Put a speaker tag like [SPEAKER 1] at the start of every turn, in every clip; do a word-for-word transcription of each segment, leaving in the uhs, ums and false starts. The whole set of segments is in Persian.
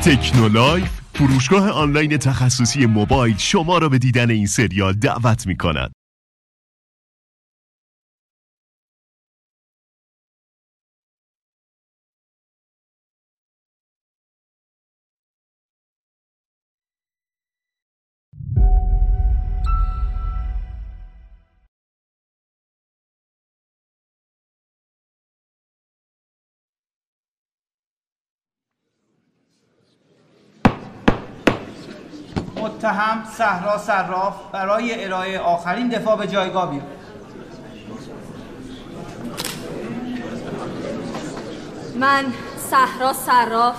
[SPEAKER 1] تکنولایف، فروشگاه آنلاین تخصصی موبایل، شما را به دیدن این سریال دعوت می‌کند.
[SPEAKER 2] متهم صحرا صراف برای ارائه آخرین دفاع به جایگاه بیاد.
[SPEAKER 3] من صحرا صراف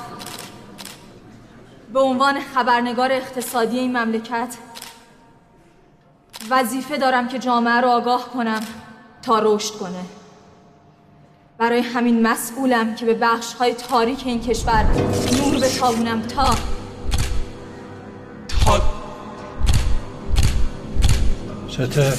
[SPEAKER 3] به عنوان خبرنگار اقتصادی این مملکت وظیفه دارم که جامعه رو آگاه کنم تا رشد کنه. برای همین مسئولم که به بخش‌های تاریک این کشور نور بتابونم تا
[SPEAKER 4] تا چته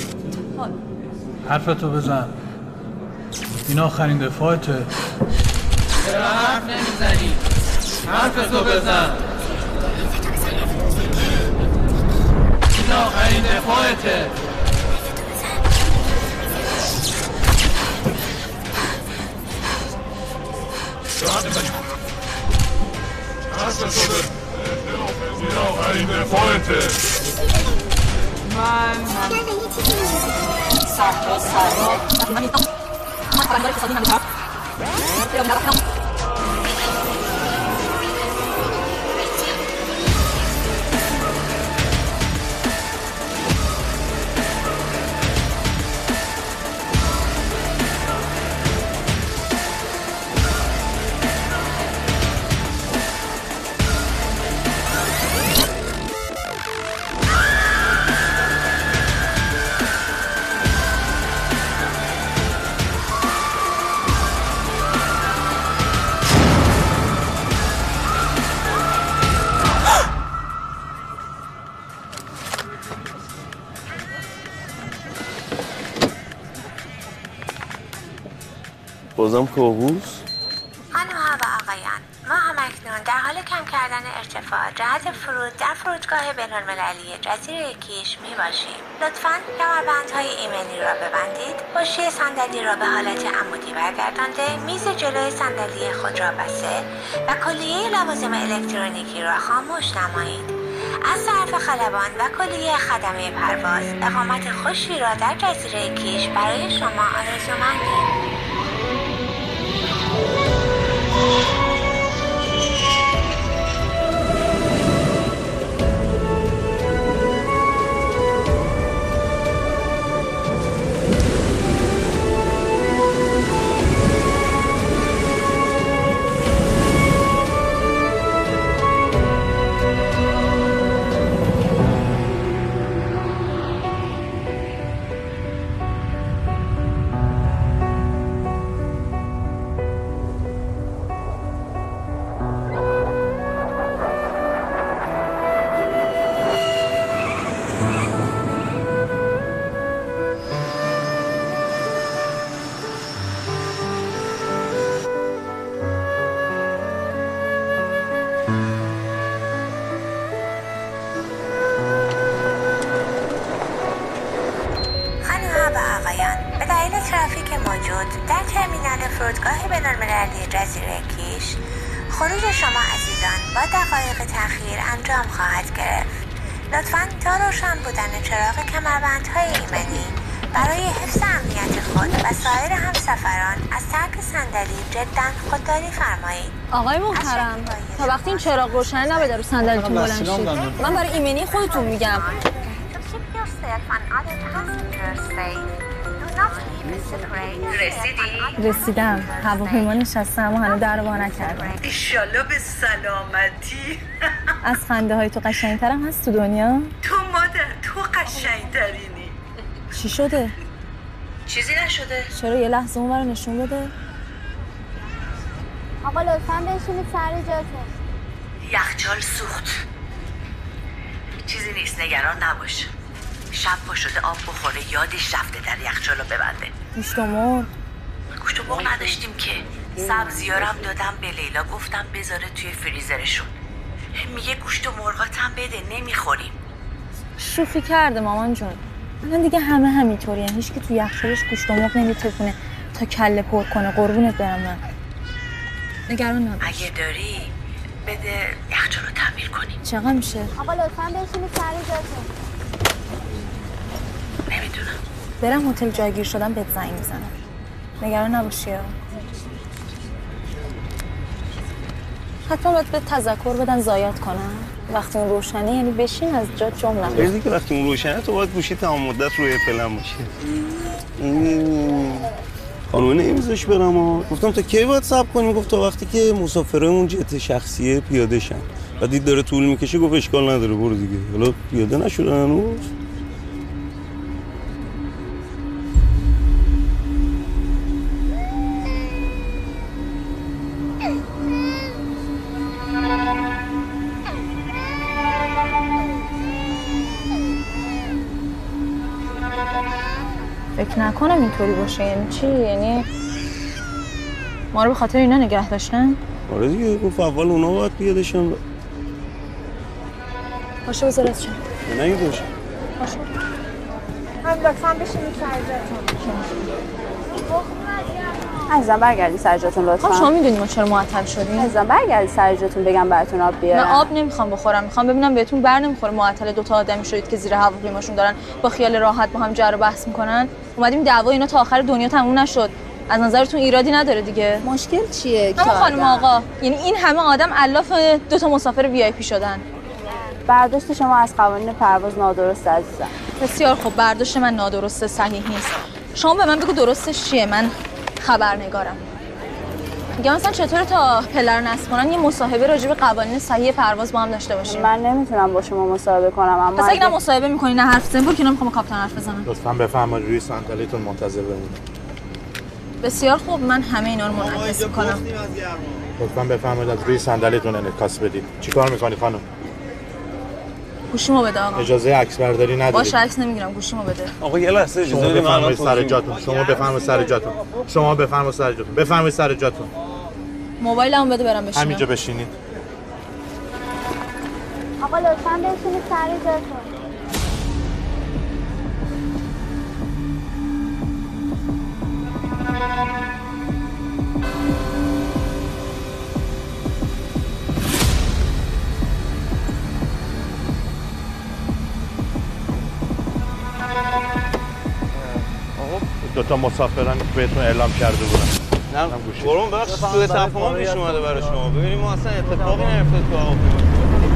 [SPEAKER 4] حرفتو بزن. این آخرین دفاعته.
[SPEAKER 5] چرا حرف نمیزنی؟ حرفتو بزن. این آخرین دفاعته.
[SPEAKER 6] این آخرین دفاعته.
[SPEAKER 3] من صحرا صراف من خبرنگار اقتصادی مملکت
[SPEAKER 7] بازم کابوس؟
[SPEAKER 8] خانم‌ها و آقایان، ما همکنون در حال کم کردن ارتفاع جهت فرود در فرودگاه بین‌المللی جزیره کیش می باشیم. لطفاً کمربندهای ایمنی را ببندید، پشتی صندلی را به حالت عمودی برگردانده، میز جلوی صندلی خود را بسته و کلیه لوازم الکترونیکی را خاموش نمایید. از طرف خلبان و کلیه خدمه پرواز، اقامت خوشی را در جزیره کیش برای شما آرزومندیم. در ترمینال فرودگاه بین‌المللی جزیره کیش خروج شما عزیزان با دقایق تأخیر انجام خواهد گرفت. لطفاً تا روشن بودن چراغ کمربندهای ایمنی برای حفظ امنیت خود و سایر همسفران از ترک صندلی جداً خودداری فرمایید.
[SPEAKER 3] آقای محترم، تا وقتی این چراغ روشن نباید رو صندلیتون بلند شید. من برای ایمنی خودتون میگم.
[SPEAKER 9] رسیدی؟
[SPEAKER 3] رسیدم. هواپیما نشستم اما هنوز در رو وا نکردم.
[SPEAKER 9] ایشالله به سلامتی.
[SPEAKER 3] از خنده های تو قشنگترم هست تو دنیا؟
[SPEAKER 9] تو مادر تو قشنگترینی.
[SPEAKER 3] چی شده؟
[SPEAKER 9] چیزی نشده.
[SPEAKER 3] چرا یه لحظه اون رو نشون بده؟
[SPEAKER 10] آقا لطفاً بشینید سر جاتون.
[SPEAKER 9] یخچال سوخت. چیزی نیست، نگران نباش. شب پا شده آب بخوره، یادش رفته در یخچالو ببنده.
[SPEAKER 3] گوشت و مرغ؟
[SPEAKER 9] گوشت و مرغ نداشتیم که. سبزیارم دادم به لیلا، گفتم بذاره توی فریزرشون. میگه گوشت و مرغاتم بده نمیخوریم.
[SPEAKER 3] شوخی کرده مامان جون. الان دیگه همه همینطوری ان. هیچ کی تو یخچالش گوشت و مرغ نمیتونه تا کله پر کنه. قربونت برم من. نگران نباش.
[SPEAKER 9] اگه داری بده یخچال رو تعمیر کنیم.
[SPEAKER 3] چقدر میشه؟
[SPEAKER 10] آقا لطفاً بشینید سر جاتون.
[SPEAKER 9] نمیدونم.
[SPEAKER 3] برم هتل جایگیر شدم بهت زنگ میزنم. نگران نباشی. حتما باید به تذکر بدن زایات کنم. وقتی اون روشنه یعنی بشین از جات جمع نکن.
[SPEAKER 7] ببین که وقتی اون روشنه تو باید گوشی تمام مدت روی پلن باشه. خانومه نمیذاش برم ها. گفتم تا کی باید صبر کنیم؟ گفت تا وقتی که مسافرمون جت شخصیه پیاده شن. بعد دید داره طول میکشه گفت اشکال نداره برو دیگه. حالا پیاده نشدن هنوز.
[SPEAKER 3] فکر نکنم اینطوری باشه. یعنی چی؟ یعنی ما رو به خاطر اینا نگه داشتن؟
[SPEAKER 7] آره دیگه گفت اول اونا باید پیادهشن.
[SPEAKER 3] باشه بذار از چه؟
[SPEAKER 7] نه باشه.
[SPEAKER 3] باشه.
[SPEAKER 10] هم لطفاً بشینید سر جاتون.
[SPEAKER 11] عزیزم برگردی سر جاتون لطفاً.
[SPEAKER 3] شما میدونی ما چرا معطل شدیم؟
[SPEAKER 11] عزیزم برگردی سر جاتون بگم براتون آب بیارم.
[SPEAKER 3] من آب نمیخوام بخورم. میخوام ببینم بهتون بر نمیخوره معطل دو تا آدمی شدید که زیر هواپیماشون دارن با خیال راحت با هم جر و بحث میکنن. اومدیم دعوا اینا تا آخر دنیا تموم نشد. از نظرتون ایرادی نداره دیگه؟
[SPEAKER 11] مشکل چیه؟
[SPEAKER 3] اما خانم آقا، یعنی این همه آدم الاف دو تا مسافر وی آی پی شدن.
[SPEAKER 11] برداشت شما از قوانین پرواز نادرست عزیزم.
[SPEAKER 3] بسیار خوب، برداشت من نادرسته، صحیح نیست. شما به من بگو درستش چیه؟ من خبرنگارم. میگم مثلا چطور تا پلر نصب کنن یه مصاحبه راجع به قوانین صحیح پرواز با هم داشته باشیم.
[SPEAKER 11] من نمیتونم با شما مصاحبه کنم. اما
[SPEAKER 3] پس اگه مصاحبه می‌کنی نه حرف بزنی، برو که نمیخوام کاپیتان حرف بزنم.
[SPEAKER 12] لطفاً بفرمایید روی صندلیتون منتظر بمونید.
[SPEAKER 3] بسیار خوب، من همه اینا رو منعکس می‌کنم.
[SPEAKER 12] لطفاً بفرمایید از روی صندلیتون انعکاس بدید. چیکار می‌کنی خانم؟
[SPEAKER 3] گوشیمو بده آقا.
[SPEAKER 12] اجازه عکس برداری نداری.
[SPEAKER 3] باشه عکس نمیگیرم، گوشیمو بده.
[SPEAKER 7] آقا یه لحظه اجازه بدید من
[SPEAKER 12] سر جاتون. شما بفرمایید سر جاتون. شما بفرمایید سر جاتون. بفرمایید سر جاتون.
[SPEAKER 3] موبایلمو بده برام بشینم.
[SPEAKER 12] همینجا بشینید.
[SPEAKER 10] آقا لطفاً بشینید سر جاتون.
[SPEAKER 12] دو تا مسافران بهتون اعلام کرده بودن.
[SPEAKER 7] نه قربون بخش سوء تفاهم پیش اومده برای شما. ببینید ما اصلا اتفاقی نیفتاد تو هواپیما.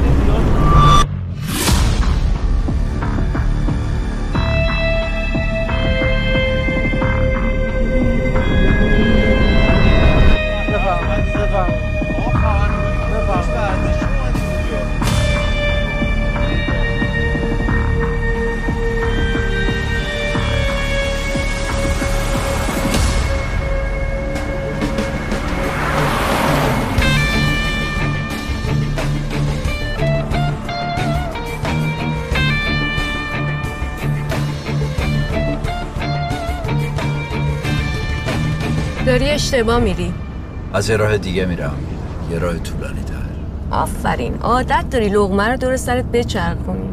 [SPEAKER 13] داری اشتباه میری.
[SPEAKER 14] از یه راه دیگه میرم، یه راه طولانی تر.
[SPEAKER 13] آفرین، عادت داری لقمه رو دور سرت بچرخونی.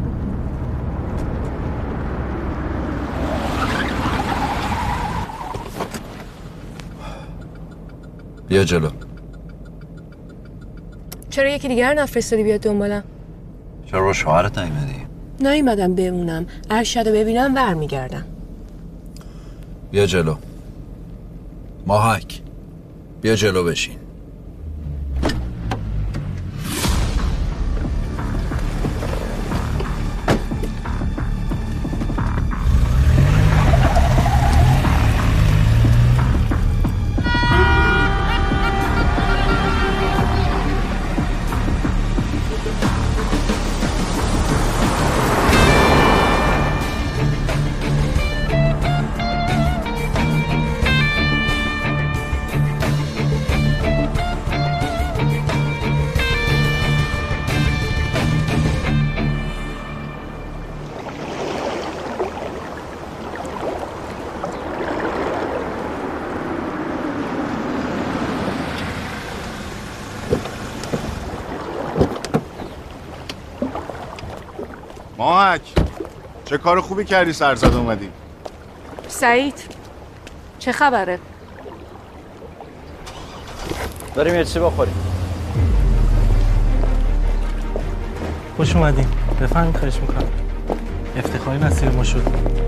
[SPEAKER 14] بیا جلو.
[SPEAKER 13] چرا یکی دیگر نفرستادی بیاد دنبالم؟
[SPEAKER 14] چرا با شوهرت نیومدی؟
[SPEAKER 13] نیومدم بمونم، ارشد رو ببینم برمیگردم.
[SPEAKER 14] بیا جلو. ماهک بیا جلو بشین.
[SPEAKER 15] ماهک چه کار خوبی کردی سرزد اومدی.
[SPEAKER 13] سعید چه خبره؟
[SPEAKER 16] بریم یه چیزی بخوریم.
[SPEAKER 17] خوش اومدین. بفرمایید. خواهش میکنم. افتخاری نصیب ما شد.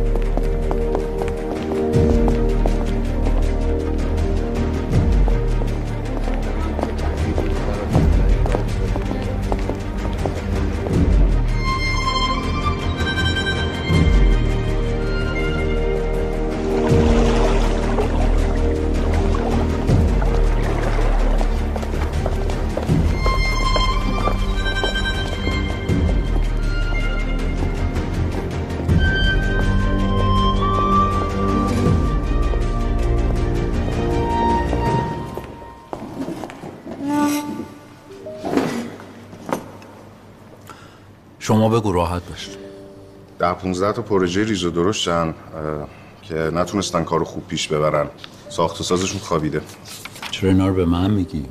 [SPEAKER 14] شما بگو راحت باش.
[SPEAKER 15] ده پونزده تا پروژه ریز و درشتن که نتونستن کارو خوب پیش ببرن. ساخت و سازشون خوابیده.
[SPEAKER 14] چرا اینا رو به من میگی؟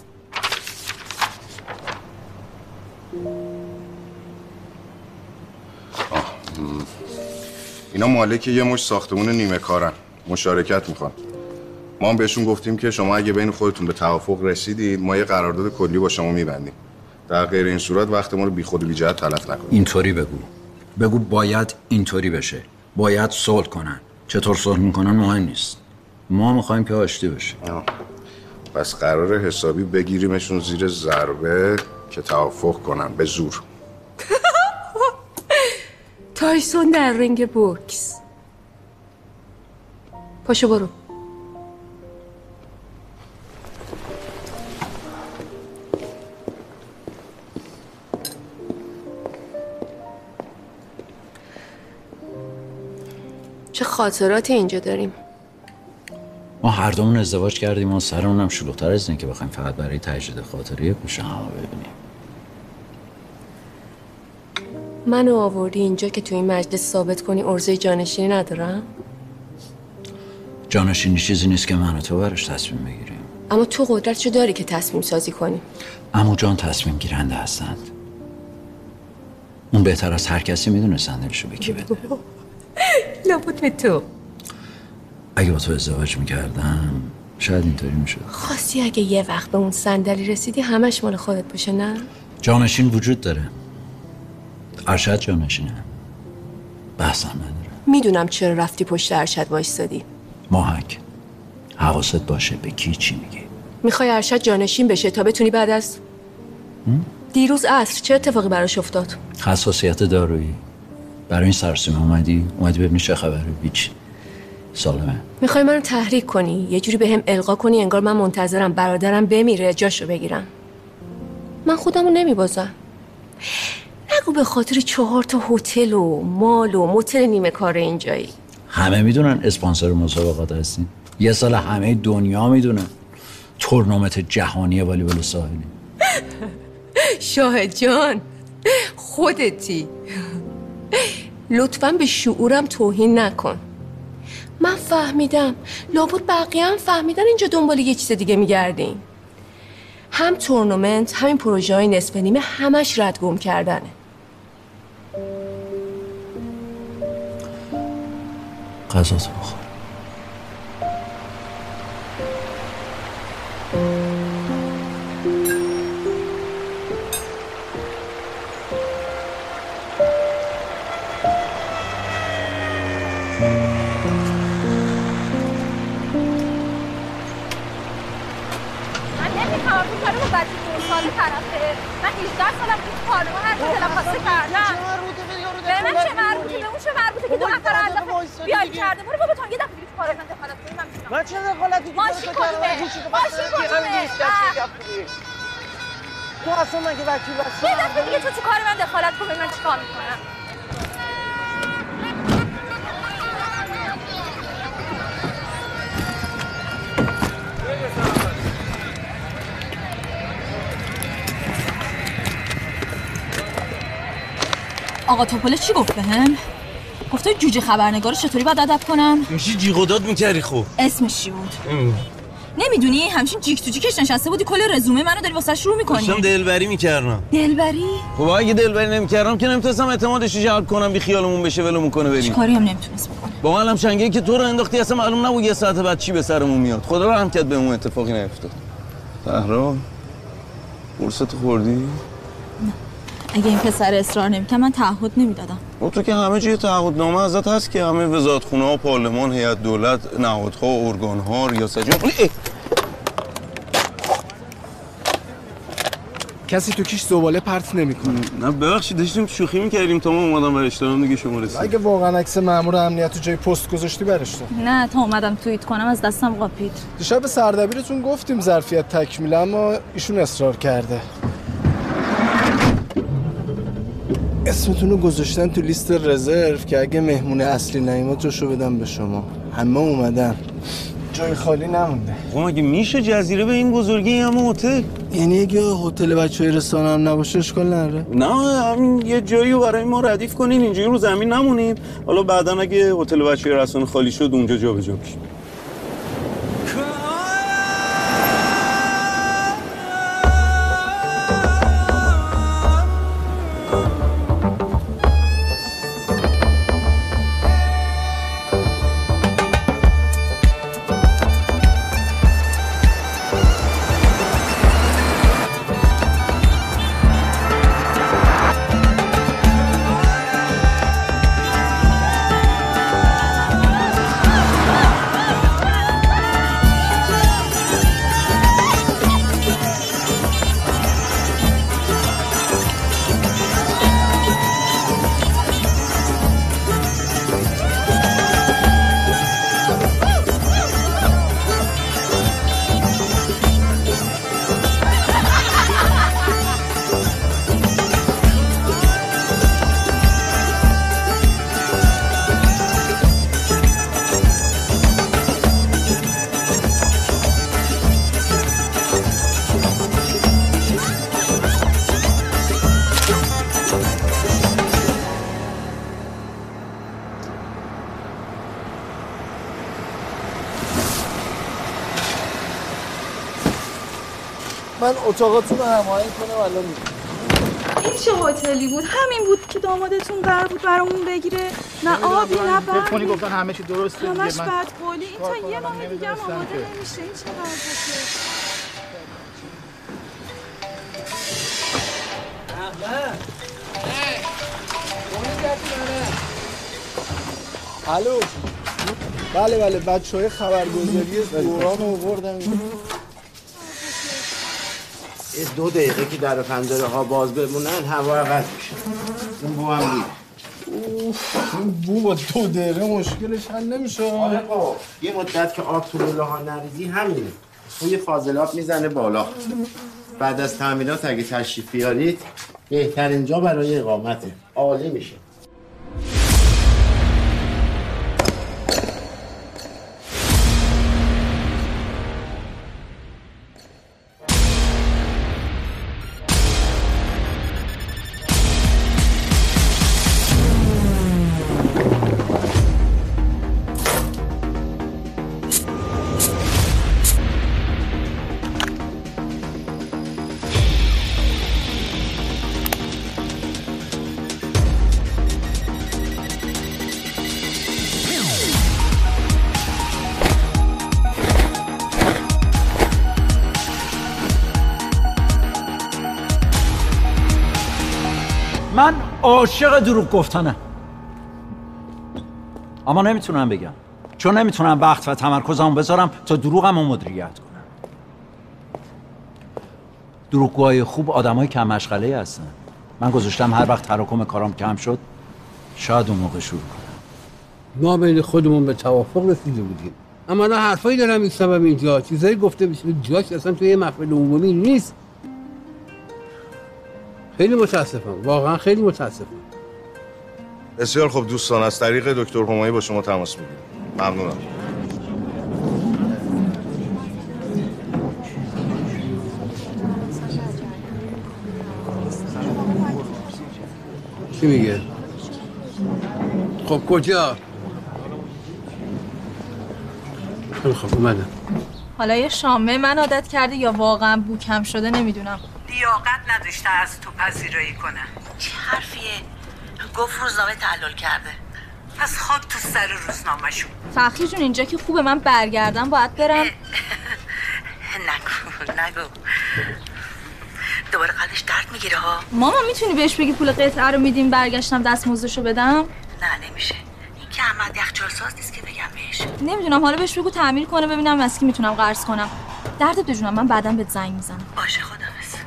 [SPEAKER 15] آه. اینا مالک یه مش ساختمون نیمه کارن. مشارکت میخوان. ما هم بهشون گفتیم که شما اگه بین خودتون به توافق رسیدید ما یه قرارداد کلی با شما میبندیم. در غیر این صورت وقت ما رو بی خود و بی جهت تلف نکنید.
[SPEAKER 14] اینطوری بگو. بگو باید اینطوری بشه. باید صلح کنن. چطور صلح میکنن مهم نیست. ما میخوایم که آشتی بشه.
[SPEAKER 15] پس قرار حسابی بگیریمشون زیر ضربه که توافق کنن به زور.
[SPEAKER 13] تایسون در رنگ بوکس. پاشو برو. چه خاطراتی اینجا داریم.
[SPEAKER 14] ما هر دومون ازدواج کردیم و سرمونم شلوغ‌تر از اینه که بخوایم فقط برای تجدید خاطره پوش هم ببینیم.
[SPEAKER 13] منو آوردی اینجا که تو این مجلس ثابت کنی عرضه جانشینی ندارم؟
[SPEAKER 14] جانشینی چیزی نیست که من و تو براش تصمیم بگیریم.
[SPEAKER 13] اما تو قدرتشو داری که تصمیم سازی کنی.
[SPEAKER 14] عمو جان تصمیم گیرنده هستند. اون بهتر از هر کسی میدونه صندلیشو به کی بده.
[SPEAKER 13] لابد به تو.
[SPEAKER 14] اگه با تو ازدواج میکردم شاید اینطوری میشد.
[SPEAKER 13] خواستی اگه یه وقت به اون صندلی رسیدی همش مال خودت باشه نه؟
[SPEAKER 14] جانشین وجود داره. ارشد جانشینه. بحثم نداره.
[SPEAKER 13] میدونم چرا رفتی پشت ارشد وایستادی.
[SPEAKER 14] ماهک حواست باشه به کی چی میگی.
[SPEAKER 13] میخوای ارشد جانشین بشه تا بتونی بعد از دیروز عصر چه اتفاقی براش افتاد؟
[SPEAKER 14] حساسیت دارویی. برای این سرسیمه اومدی؟ اومدی ببینی چه خبره؟ هیچ. سالمه.
[SPEAKER 13] میخوای منو تحریک کنی، یه جوری بهم القا کنی انگار من منتظرم برادرم بمیره جاشو بگیرم. من خودمو نمیبازم. نگو به خاطر چهار تا هتل و مال و موتل نیمه کار اینجایی.
[SPEAKER 14] همه میدونن اسپانسر مسابقات هستین. یه سال همه دنیا میدونن تورنمنت جهانی والیبال ساحلی.
[SPEAKER 13] شاه جان خودتی. لطفاً به شعورم توهین نکن. من فهمیدم، لابد بقیه هم فهمیدن اینجا دنبال یه چیز دیگه میگردین. هم تورنمنت همین پروژه های نصف نیمه همش ردگم کردنه.
[SPEAKER 14] غذاتو بخور.
[SPEAKER 3] من هجده سالم تو پارلمان هر چه دلم خواسته کردم. به من چه مربوطه؟ به اون چه مربوطه که دو نفر علافه بیای کرده؟ برو بابا تو یه دفعه تو کار من دخالت کنی من میشم.
[SPEAKER 2] من چه دخالتی کنم؟
[SPEAKER 3] ماشین کدومه؟ ماشین کدومه؟
[SPEAKER 2] تو اصلا مگه وکیل هستی؟
[SPEAKER 3] یه دفعه دیگه تو تو کار من دخالت کن من چیکار میکنم؟ آقا توپله چی گفت بهم؟ گفته جوجه خبرنگارو چطوری باید ادب کنم؟
[SPEAKER 17] میشی جیغ و داد میکردی خوب.
[SPEAKER 3] اسمش چی بود؟ نمیدونی همچین جیک تو جیکش نشسته بودی کل رزومه منو داری واسه شروع می‌کنی.
[SPEAKER 7] داشتم دلبری می‌کردم.
[SPEAKER 3] دلبری؟
[SPEAKER 7] خب اگه دلبری نمی‌کردم که نمی‌تونستم اعتمادش رو جلب کنم بی خیالمون بشه ولمون کنه بریم.
[SPEAKER 3] کاری هم نمیتونست بکنه.
[SPEAKER 7] با علم شنگی که تو رو انداختی اصلا معلوم نبود یه ساعت بعد چی به سرمون میاد. خدا رحم کرد بهمون اتفاقی نیفتاد. زهرا فرصت خوردی؟
[SPEAKER 3] نه. اگه این پسر اصرار نمی‌کرد من تعهد نمیدادم.
[SPEAKER 7] و تو که همه جای تعهدنامه ازت هست که همه وزارتخونه‌ها، پارلمان، هیئت دولت، نهادها، ارگان‌ها، ریاست جمهوری.
[SPEAKER 18] کسی تو کیش زباله پرت نمی‌کنه.
[SPEAKER 7] نه ببخشید داشتیم شوخی می‌کردیم تا ما اومدم برش دارم دیگه شما رسید.
[SPEAKER 18] اگه واقعا عکس مأمور امنیت تو جای پست گذاشتی برش دار.
[SPEAKER 3] نه تا اومدم توییت کنم از دستم قاپید.
[SPEAKER 18] دیشب به سردبیرتون گفتیم ظرفیت تکمیله اما ایشون اصرار کرده. اسمتون رو گذاشتن تو لیست رزرو که اگه مهمون اصلی نیومد جاشو بدم به شما. همه اومدن. جای خالی نمونده.
[SPEAKER 7] خب مگه میشه جزیره به این بزرگی همه هتل؟
[SPEAKER 18] یعنی اگه هتل بچهای رستوران هم نباشه اشکال نداره؟
[SPEAKER 7] نه همین یه جایی رو برای ما ردیف کنین اینجوری رو زمین نمونیم. حالا بعداً اگه هتل بچهای رستوران خالی شد اونجا جابجا بشیم.
[SPEAKER 18] من اتاقاتون رو هماهنگ کنم الان میگم.
[SPEAKER 19] این چه هتلی بود؟ همین بود که دامادتون قرار بود برامون بگیره؟ نه آبی نه برقی.
[SPEAKER 12] تلفنی گفتن همه چی درسته دیگه.
[SPEAKER 19] همش بدقولی. این تا یه ماه دیگه هم آماده نمیشه. این چه وضعیه؟
[SPEAKER 18] الو. بله بله بچهای خبرگزاری دوران رو آوردن.
[SPEAKER 20] یه دو دقیقه که در پنجره ها باز بمونن هوا عوض میشه. اون بو هم میره.
[SPEAKER 18] اوف این بو با دو دقیقه مشکلش حل نمیشه.
[SPEAKER 20] آره خب یه مدت که آب تو لوله ها نریزی همینه. اون یه فاضلاب میزنه بالا. بعد از تعمیرات اگه تشریف بیارید بهترین جا برای اقامته. عالی میشه.
[SPEAKER 14] من عاشق دروغ گفتنم، اما نمیتونم بگم چون نمیتونم وقت و تمرکزمو بذارم تا دروغمو مدیریت کنم. دروغگوهای خوب آدمای کم مشغله هستن. من گذاشتم هر وقت تراکم کارام کم شد شاید اون موقع شروع کنم.
[SPEAKER 21] ما بین خودمون به توافق رسیده بودیم، اما الان حرفایی دارم این سبب اینجا چیزایی گفته بشه جاش اصلا توی یه محفل عمومی نیست. خیلی متاسفم، واقعا خیلی متاسفم.
[SPEAKER 15] بسیار خوب دوستان، از طریق دکتر همایی با شما تماس میگیرم. ممنونم.
[SPEAKER 21] چی میگه؟ خب کجا؟ خب اومدم.
[SPEAKER 3] حالا یه شامه من عادت کرده یا واقعا بوکم شده نمیدونم.
[SPEAKER 9] لیاقت نداشته از تو پذیرایی کنه. چه حرفیه؟ گفت روزنامه تحلل کرده. پس خاک تو سر روزنامه شون.
[SPEAKER 3] فخری جون اینجا که خوبه، من برگردم باید برم.
[SPEAKER 9] نگو نگو دوباره قلبش درد میگیره ها.
[SPEAKER 3] ماما میتونی بهش بگی پول قطعه رو میدیم برگشتم دستمزدشو بدم؟
[SPEAKER 9] نه نمیشه. این که احمد یخچال ساز نیست که بگم بهش.
[SPEAKER 3] نمیدونم، حالا بهش بگو تعمیر کنه ببینم از کی میتونم قرض کنم. دردت بجونم، من بعداً بهت زنگ میزنم.
[SPEAKER 9] باشه خداحافظ.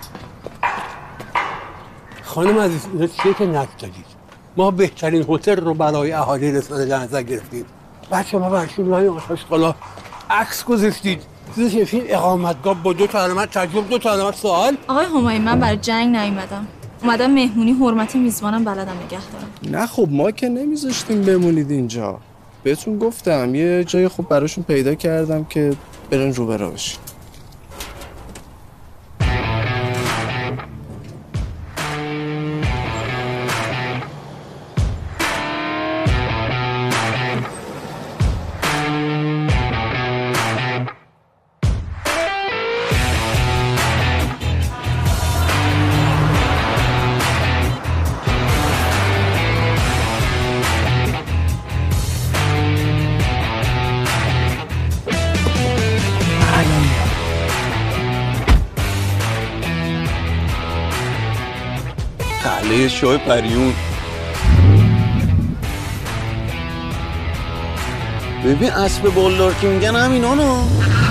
[SPEAKER 21] خانم عزیز اینا چیه که نکردید؟ ما بهترین هتل رو برای اهالی رسانه در نظر گرفتیم. بچه ما برشون روی آشغالا عکس گذاشتید. چیزش نوشتین اقامتگاه با دو تا علامت ترجمه، دو تا علامت سوال.
[SPEAKER 3] آقای همایون من برای جنگ نیومدم. اومدم مهمونی، حرمت میزبانم بلدم نگه دارم.
[SPEAKER 18] نه خب ما که نمیذاشتیم بمونید اینجا. بهتون گفتم یه جای خوب براشون پیدا کردم که برن رو برا بشین.
[SPEAKER 7] تله شاه پریون. ببین اسب بالدار که میگن همینانو.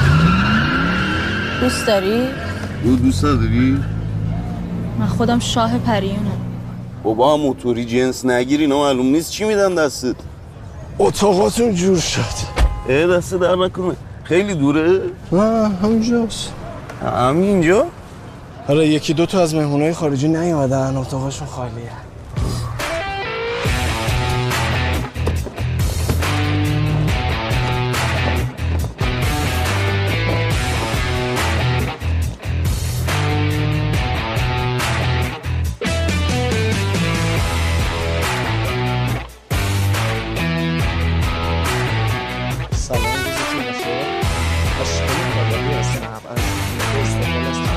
[SPEAKER 3] دوست داری؟
[SPEAKER 7] دو دوست نداری؟
[SPEAKER 3] من خودم شاه پریونم.
[SPEAKER 7] بابا هم موتوری جنس نگیری، اینا معلوم نیست چی میدن دستت.
[SPEAKER 18] اتاقاتون جور شد.
[SPEAKER 7] اه دست در نکنه. خیلی دوره؟
[SPEAKER 18] نه همینجاست.
[SPEAKER 7] همینجا؟
[SPEAKER 18] آره یکی دو تا از مهمونای خارجی نیومدن، اتاقشون خالیه. سلام روزتون بخیر. اشکالی کالالی هستم از استقلال هستم.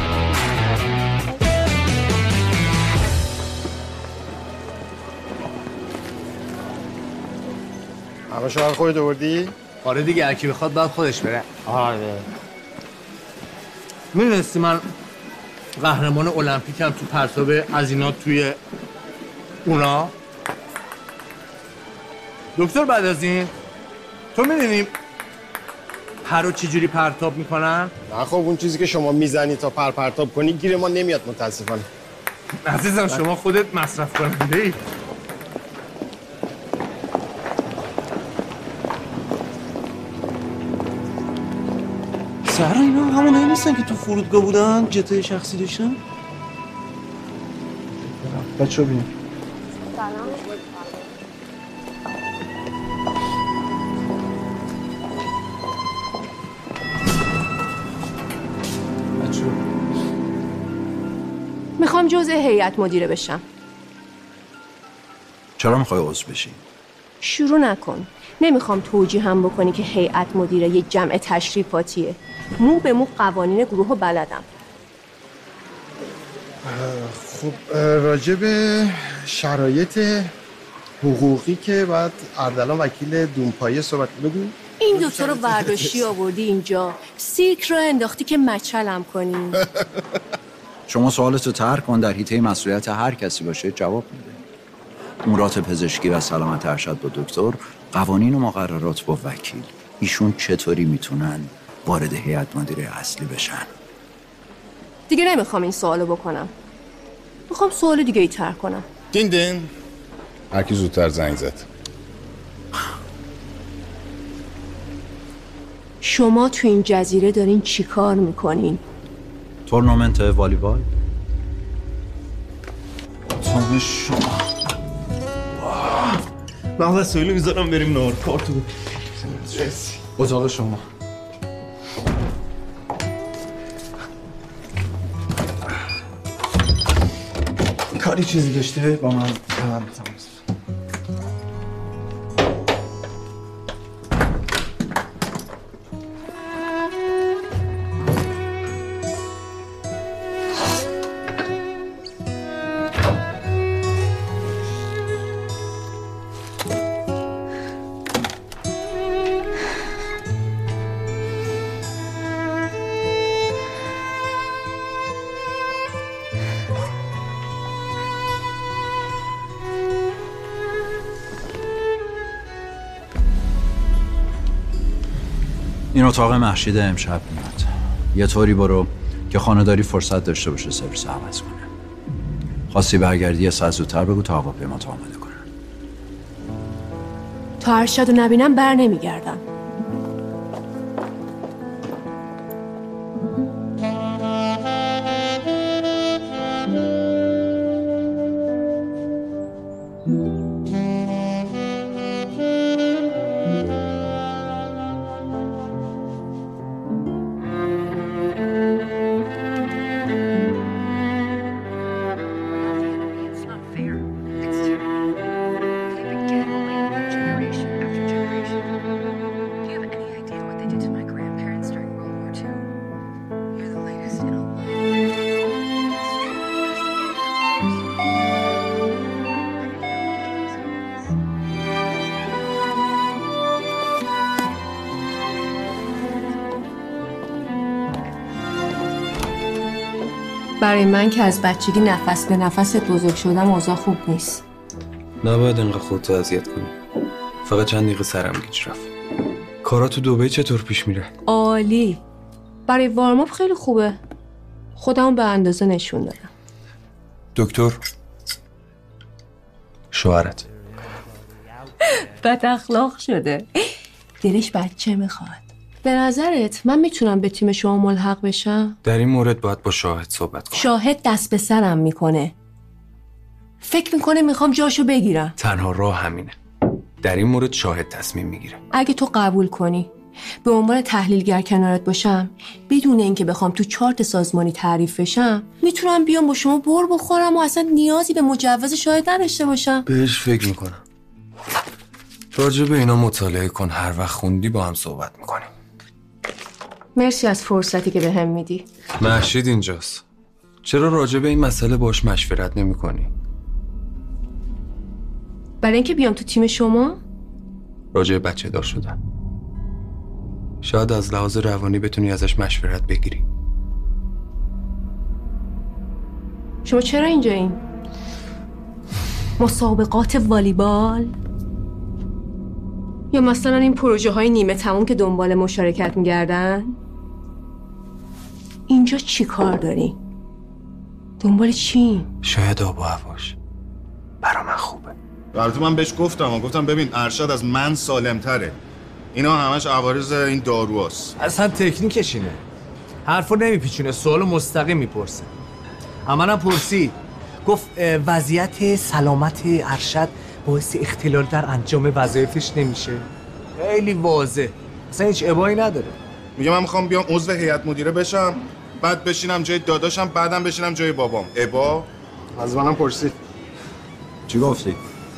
[SPEAKER 20] همه شما خودت آوردی؟
[SPEAKER 17] آره دیگه هر کی بخواد بعد خودش بره.
[SPEAKER 20] آره.
[SPEAKER 17] میدونستی من قهرمان المپیکم تو پرتاب از اینا توی اونا؟ دکتر بعد از این تو میدونی پر رو چجوری پرتاب میکنن؟
[SPEAKER 20] نه خب اون چیزی که شما میزنی تا پر پرتاب کنی گیر ما نمیاد متاسفانه.
[SPEAKER 17] عزیزم شما خودت مصرف کننده ای.
[SPEAKER 7] سهرا اینا همونایی نیستن که تو فرودگاه بودن جت شخصی داشتن؟
[SPEAKER 18] بچه بینیم.
[SPEAKER 13] میخوام جزء هیئت مدیره بشم.
[SPEAKER 14] چرا میخوای عضو بشی؟
[SPEAKER 13] شروع نکن. نمیخوام توجیه هم بکنی که هیئت مدیره یه جمع تشریفاتیه. مو به مو قوانین گروه رو بلدم.
[SPEAKER 20] خب راجع به شرایط حقوقی که باید اردلان وکیل دونپایه صحبت بگو.
[SPEAKER 13] این دوتا رو برداشتی آوردی اینجا، سیرک رو انداختی که مچلم کنی.
[SPEAKER 14] شما سوالتو طرح کن، در حیطه مسئولیت هر کسی باشه جواب میده. امورات پزشکی و سلامت ارشد با دکتر، قوانین و مقررات با وکیل. ایشون چطوری میتونن وارد هیئت مدیره اصلی بشن؟
[SPEAKER 13] دیگه نمیخوام این سوالو بکنم. میخوام سوال دیگه ای طرح کنم.
[SPEAKER 15] دین دین هر کی زودتر زنگ زد.
[SPEAKER 13] شما تو این جزیره دارین چی کار میکنین؟
[SPEAKER 14] تورنمنت والیبال؟
[SPEAKER 7] اتاق شما من وسایل میذارم بریم نهار. کارتو
[SPEAKER 18] اتاق شما. کاری چیزی داشته با من با من تماس.
[SPEAKER 14] این اتاق مهشید امشب میاد. یه طوری برو که خانه‌داری فرصت داشته باشه سرویس عوض کنه. خواستی برگردی یه ساعت زودتر بگو تا هواپیما تو آماده کنن.
[SPEAKER 13] تا ارشد رو نبینم بر نمیگردم. برای من که از بچگی نفس به نفست بزرگ شدم اوضاع خوب نیست.
[SPEAKER 1] نباید انقدر خودتو اذیت کنی. فقط چند دقیقه سرم گیج رفت. کارا تو دبی چطور پیش میره؟
[SPEAKER 13] عالی. برای وارماپ خیلی خوبه. خودمو به اندازه نشون دادم.
[SPEAKER 1] دکتر شوهرت
[SPEAKER 13] بد اخلاق شده. دلش بچه میخواد. به نظرت من میتونم به تیم شما ملحق بشم؟
[SPEAKER 1] در این مورد باید با شاهد صحبت کنم.
[SPEAKER 13] شاهد دست به سرم میکنه. فکر میکنه میخوام جاشو بگیرم.
[SPEAKER 1] تنها راه همینه. در این مورد شاهد تصمیم میگیره.
[SPEAKER 13] اگه تو قبول کنی به عنوان تحلیلگر کنارت باشم بدون اینکه بخوام تو چارت سازمانی تعریف بشم، میتونم بیام با شما بر بخورم و اصلا نیازی به مجوز شاهد نداشته باشم.
[SPEAKER 1] بهش فکر میکنم. راجع به اینا مطالعه کن، هر وقت خوندی با هم صحبت میکنیم.
[SPEAKER 13] مرسی از فرصتی که بهم میدی.
[SPEAKER 1] مهشید اینجاست. چرا راجع به این مسئله باش مشورت نمیکنی؟
[SPEAKER 13] برای اینکه بیام تو تیم شما؟
[SPEAKER 1] راجع به بچه دار شدن. شاید از لحاظ روانی بتونی ازش مشورت بگیری.
[SPEAKER 13] شما چرا اینجا این؟ مسابقات والیبال؟ یا مثلا این پروژه های نیمه تموم که دنبال مشارکت میگردن؟ اینجا چی کار داری؟ دنبال چی؟
[SPEAKER 1] شاید آب و هواش برا من خوبه.
[SPEAKER 15] البته من بهش گفتم گفتم ببین ارشد از من سالمتره. اینا همش عوارض این داروهاست.
[SPEAKER 4] اصلا تکنیکش اینه. حرفو نمیپیچونه، سوالو مستقیم میپرسه. امانم پرسید گفت وضعیت سلامت ارشد باعث اختلال در انجام وظایفش نمیشه. خیلی واضح، اصلا هیچ ابایی نداره.
[SPEAKER 15] میگه من میخوام بیام عضو هیئت مدیره بشم، بعد بشینم جای داداشم، بعدم بشینم جای بابام. ابا
[SPEAKER 18] از منم پرسید.
[SPEAKER 14] چی گفتی؟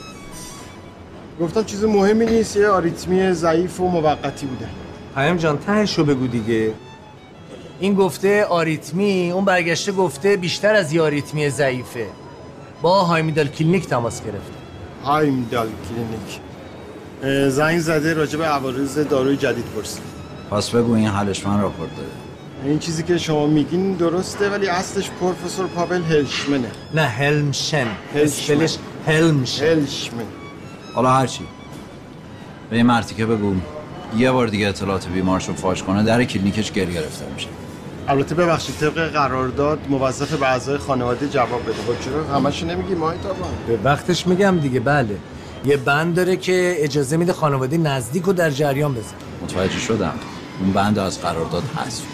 [SPEAKER 18] گفتم چیز مهمی نیست، یه آریتمی ضعیف و موقتی بوده.
[SPEAKER 4] پیام جان تهشو بگو دیگه. این گفته آریتمی، اون برگشته گفته بیشتر از یه آریتمی ضعیفه. با هایمیدال کلینیک تماس گرفته.
[SPEAKER 18] هایمیدال کلینیک زنگ زده راجع به عوارض داروی جدید پرسید.
[SPEAKER 14] پس بگو این حلش من راپورت داده.
[SPEAKER 18] این چیزی که شما میگین درسته ولی اصلش پروفسور پاول هلشمنه.
[SPEAKER 4] نه هلمشن. اسپلش هلمشن.
[SPEAKER 18] هلشمن.
[SPEAKER 14] حالا هرچی. به این مرتیکه بگو یه بار دیگه اطلاعات بیمارشو فاش کنه در کلینیکش گیر گرفته میشه.
[SPEAKER 18] البته ببخشید طبق قرارداد موظف به اعضای خانواده جواب بده. خب چرا همش نمیگی ماهی تابان؟
[SPEAKER 4] به وقتش میگم دیگه. بله یه بند داره که اجازه میده خانواده نزدیک رو در جریان بذاره.
[SPEAKER 14] متوجه شدم. اون بند از قرارداد هست.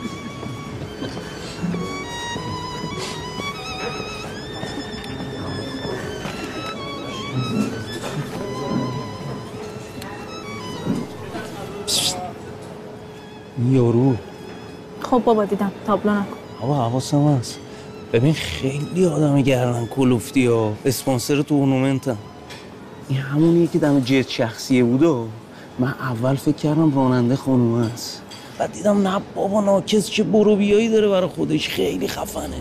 [SPEAKER 17] یارو
[SPEAKER 19] خب بابا دیدم، تابلو نکن.
[SPEAKER 17] آقا حواسم هست. ببین خیلی آدم گردن کلوفتی ها، اسپانسر تورنمنتم. این همونیه که دم جت شخصیه بوده. من اول فکر کردم راننده خانومه است، بعد دیدم نه بابا ناکس چه برو بیایی داره برای خودش، خیلی خفنه.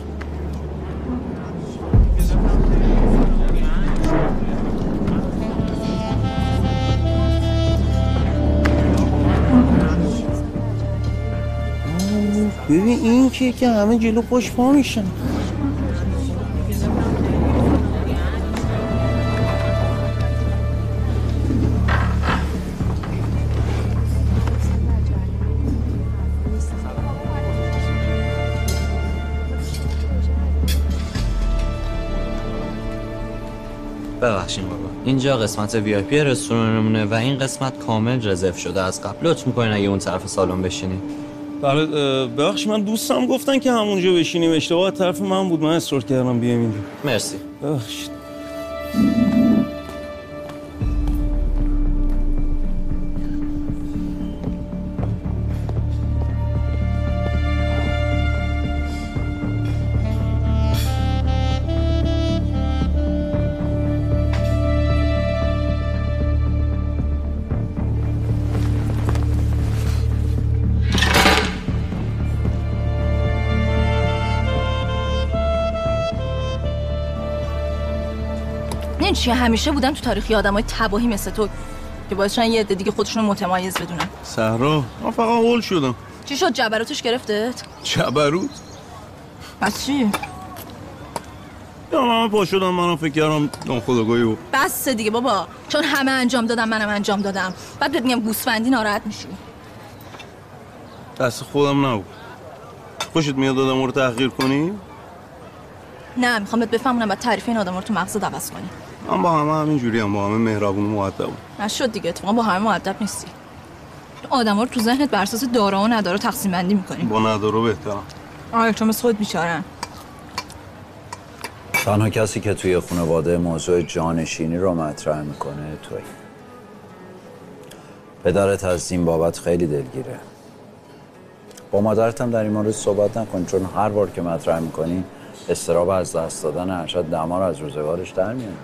[SPEAKER 17] ببین این که که همه جلو پاش پا میشن.
[SPEAKER 5] ببخشین بابا. اینجا قسمت وی آی پی رستورانمونه و این قسمت کامل رزرو شده از قبل. لطف می‌کنین اگه اون طرف سالن بشینین.
[SPEAKER 7] بله ببخش من دوستم گفتن که همونجا بشینیم، اشتباه طرف من بود، من اصرار کردم بیام اینجا.
[SPEAKER 5] مرسی.
[SPEAKER 7] ببخشید.
[SPEAKER 3] چیه همیشه بودن تو تاریخی آدمای تباهی مثل تو که باعث شدن یه عده دیگه خودشون متمایز بدونن.
[SPEAKER 7] صحرا من فقط هول شدم.
[SPEAKER 3] چی شد جبروتش گرفتت؟
[SPEAKER 7] جبروت؟
[SPEAKER 3] پس چی؟
[SPEAKER 7] یا من پا شدم منم فکر کردم ناخودآگاهی بود.
[SPEAKER 3] بس دیگه بابا، چون همه انجام دادم منم انجام دادم. بعد بهت میگم گوسفندی ناراحت میشی.
[SPEAKER 7] دست خودم نبود. خوشت میاد آدم رو تحقیر کنی؟
[SPEAKER 3] نه میخوام بهت بفهمونم بعد تعریف این آدم رو تو مغزت عوض کنی.
[SPEAKER 7] من با همه همین جوری هم با همه مهربون و مؤدب.
[SPEAKER 3] نشد دیگه، اتفاقا با همه مؤدب نیستی. آدما رو تو ذهنت بر اساس دارا و ندارا تقسیم بندی میکنی.
[SPEAKER 7] با ندارا بهترم.
[SPEAKER 3] آره چون مثل خود بیچاره‌ن.
[SPEAKER 14] تنها کسی که توی خانواده موضوع جانشینی رو مطرح میکنه توی. پدرت از این بابت خیلی دلگیره. با مادرت هم در این مورد صحبت نکن، چون هر بار که مطرح میکنی استراب از دست دادن ارشد دمار از روزگارش در میاد.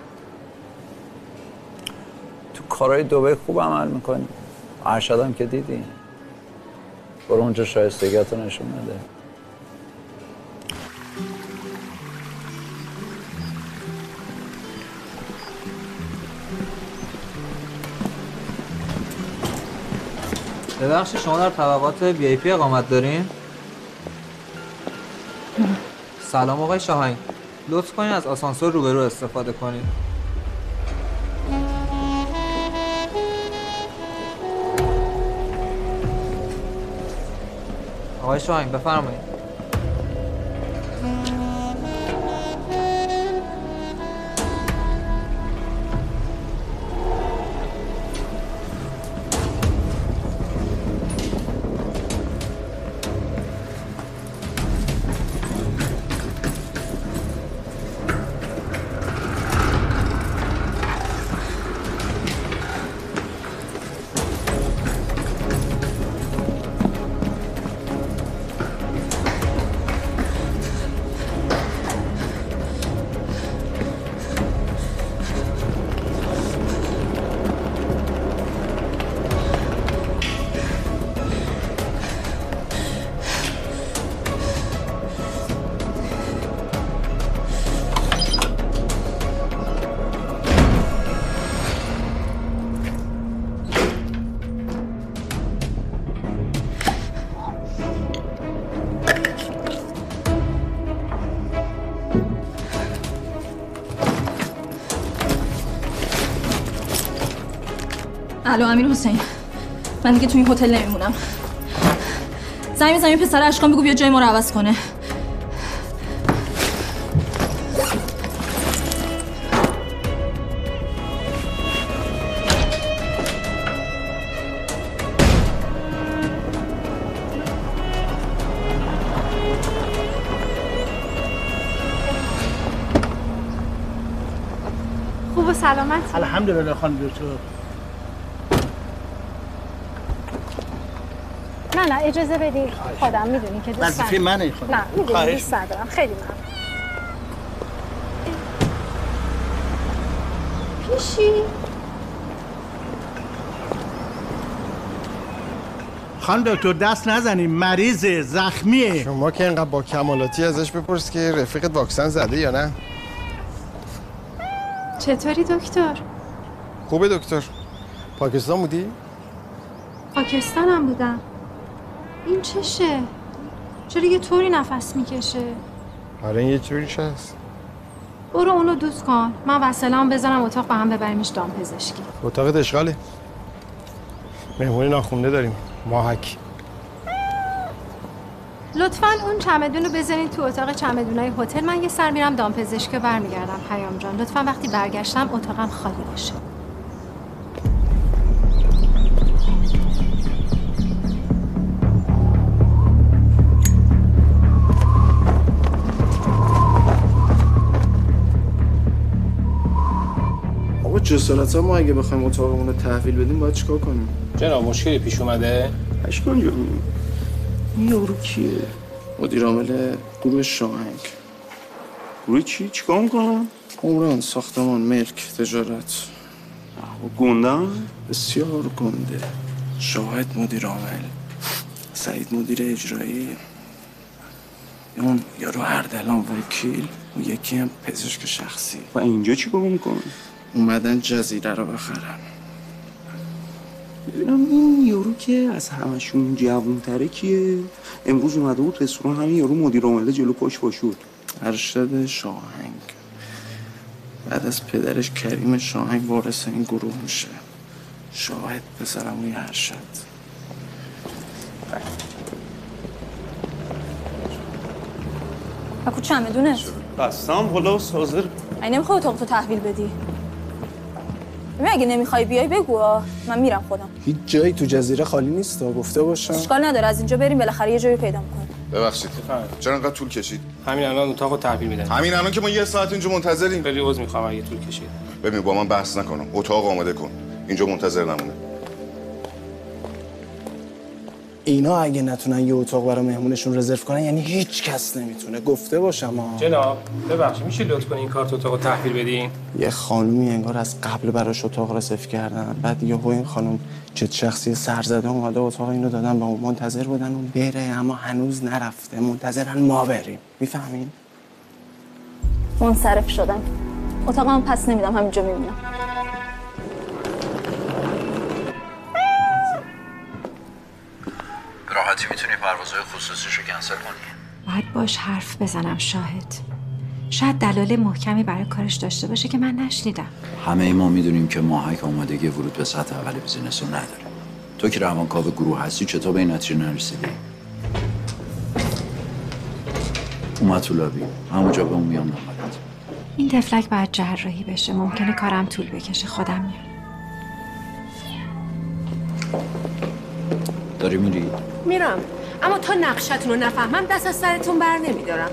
[SPEAKER 14] تو کارهای دبی خوب عمل میکنی. ارشد هم که دیدی. برو اونجا شایستگیاتو نشون بده.
[SPEAKER 22] ببخشید شما در طبقات وی آی پی اقامت دارین؟ سلام آقای شاهین، لطف کنین از آسانسور روبرو استفاده کنین. آقای شاهین بفرمایید.
[SPEAKER 3] الو امیر حسین، من دیگه تو این هتل نمیمونم. زنگ بزن این پسر اشکان بگو بیا جای ما رو عوض کنه.
[SPEAKER 10] خوب و سلامت؟
[SPEAKER 2] الحمدلله خانم دکتر.
[SPEAKER 10] نه نه اجازه بدید، خودم میدونی که دوست
[SPEAKER 2] وظیفه منه خودم.
[SPEAKER 10] نه میدونی دوست ندارم، خیلی ممنون. پیشی
[SPEAKER 2] خانم دکتر دست نزنیم، مریض زخمیه.
[SPEAKER 23] شما که اینقدر با کمالاتی ازش بپرس که رفیقت واکسن زده یا نه.
[SPEAKER 10] چطوری دکتر؟
[SPEAKER 23] خوبه دکتر. پاکستان بودی؟
[SPEAKER 10] پاکستانم بودم. این چشه؟ چرا یه طوری نفس میکشه؟
[SPEAKER 23] آره این یه طوریش هست.
[SPEAKER 10] برو اونو دوست کن، من وصله‌ام بزنم اتاق با هم ببریمش دام پزشکی.
[SPEAKER 23] اتاقت اشغاله. مهمونی ناخونده داریم، ماهک.
[SPEAKER 10] لطفاً اون چمدون رو بزنید تو اتاق چمدونای هتل. من یه سر میرم دامپزشک و برمیگردم. پیام جان لطفاً وقتی برگشتم اتاقم خالی باشه.
[SPEAKER 18] آقا جسارتا ما اگه بخوایم اتاقمون رو تحویل بدیم باید چیکار کنیم؟
[SPEAKER 6] جناب مشکلی پیش اومده؟
[SPEAKER 18] اشکان جان این یارو کیه؟ مدیر عامل گروه شاهنگ.
[SPEAKER 7] گروه چی؟ چیکار میکنم؟
[SPEAKER 18] عمران، ساختمان، ملک، تجارت.
[SPEAKER 7] گنده؟
[SPEAKER 18] بسیار گنده. شاهد مدیر عامل، سعید مدیر اجرایی، اون یارو اردلان وکیل، و یکی هم پزشک شخصی.
[SPEAKER 7] و اینجا چیکار میکنن؟
[SPEAKER 18] اومدن جزیره رو بخرن.
[SPEAKER 7] ببینم این یارو که از همشون جوان‌تره کیه؟ امروز اومده بود رستوران، همین یارو مدیر عامل جلو پاش باشود.
[SPEAKER 18] ارشد شاهنگ. بعد از پدرش کریم شاهنگ وارث این گروه میشه. شاهد پسرم روی ارشد.
[SPEAKER 3] اکو چمدونه؟
[SPEAKER 7] بستم خلاص حاضر.
[SPEAKER 3] ای نمیخوای اتاق تو تحویل بدی؟ ببین اگه نمیخوای بیای بگو، من میرم خودم.
[SPEAKER 18] هیچ جایی تو جزیره خالی نیست تا گفته باشم.
[SPEAKER 3] اشکال نداره، از اینجا بریم بالاخره یه جایی پیدا میکنیم.
[SPEAKER 15] ببخشید چرا انقدر طول کشید؟
[SPEAKER 6] همین الان اتاقو تحویل میدن.
[SPEAKER 15] همین الان که ما یه ساعت اینجا منتظریم.
[SPEAKER 6] خیلی عذر میخوام اگه طول کشید.
[SPEAKER 15] ببین با من بحث نکنم، اتاق آماده کن، اینجا منتظر نمونه.
[SPEAKER 18] اینا اگه نتونن یه اتاق برای مهمونشون رزرو کنن یعنی هیچ کس نمیتونه. گفته باشم ها.
[SPEAKER 6] جناب ببخشید میشه لطف کنین این کارت اتاقو تحویل بدین؟
[SPEAKER 18] یه خانومی انگار از قبل براش اتاق رزرو کردن، بعد یهو این خانم جت شخصی سرزده اومده اتاق اینو دادن به اون، منتظر بودن اون بره اما هنوز نرفته، منتظرن ما بریم. میفهمین؟
[SPEAKER 3] منصرف شدم. اتاقم پس نمیدم، همینجا میمونم.
[SPEAKER 14] راحتی میتونی پروازهای خصوصیشو کنسل کنی.
[SPEAKER 10] باید باش حرف بزنم شاهد. شاید دلایل محکمی برای کارش داشته باشه که من نشنیدم.
[SPEAKER 14] همه ای ما میدونیم که ماهک آمادگی ورود به سطح اول بیزینس رو نداره. تو که روانکاو گروه هستی چطور به این نتیجه نرسیدی؟ اومد تو لابی، همونجا به اون میام دنبالت.
[SPEAKER 10] این تفلک باید جراحی بشه. ممکنه کارم طول بکشه. خودم میام.
[SPEAKER 14] داری میری؟
[SPEAKER 13] میرم، اما تا نقشتون رو نفهمم دست از سرتون بر نمیدارم.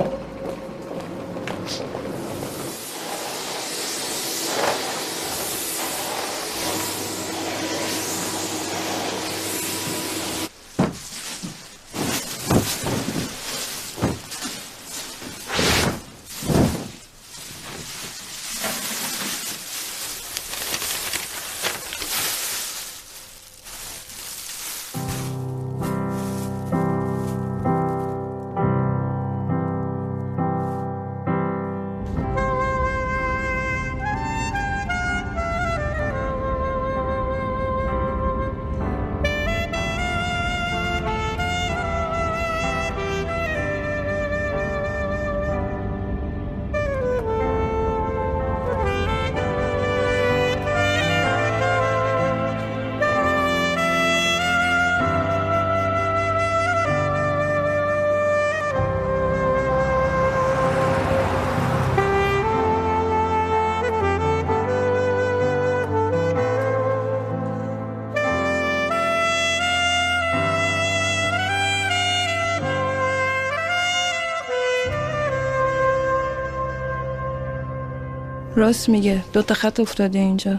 [SPEAKER 19] راست میگه، دو تا خط افتاده اینجا.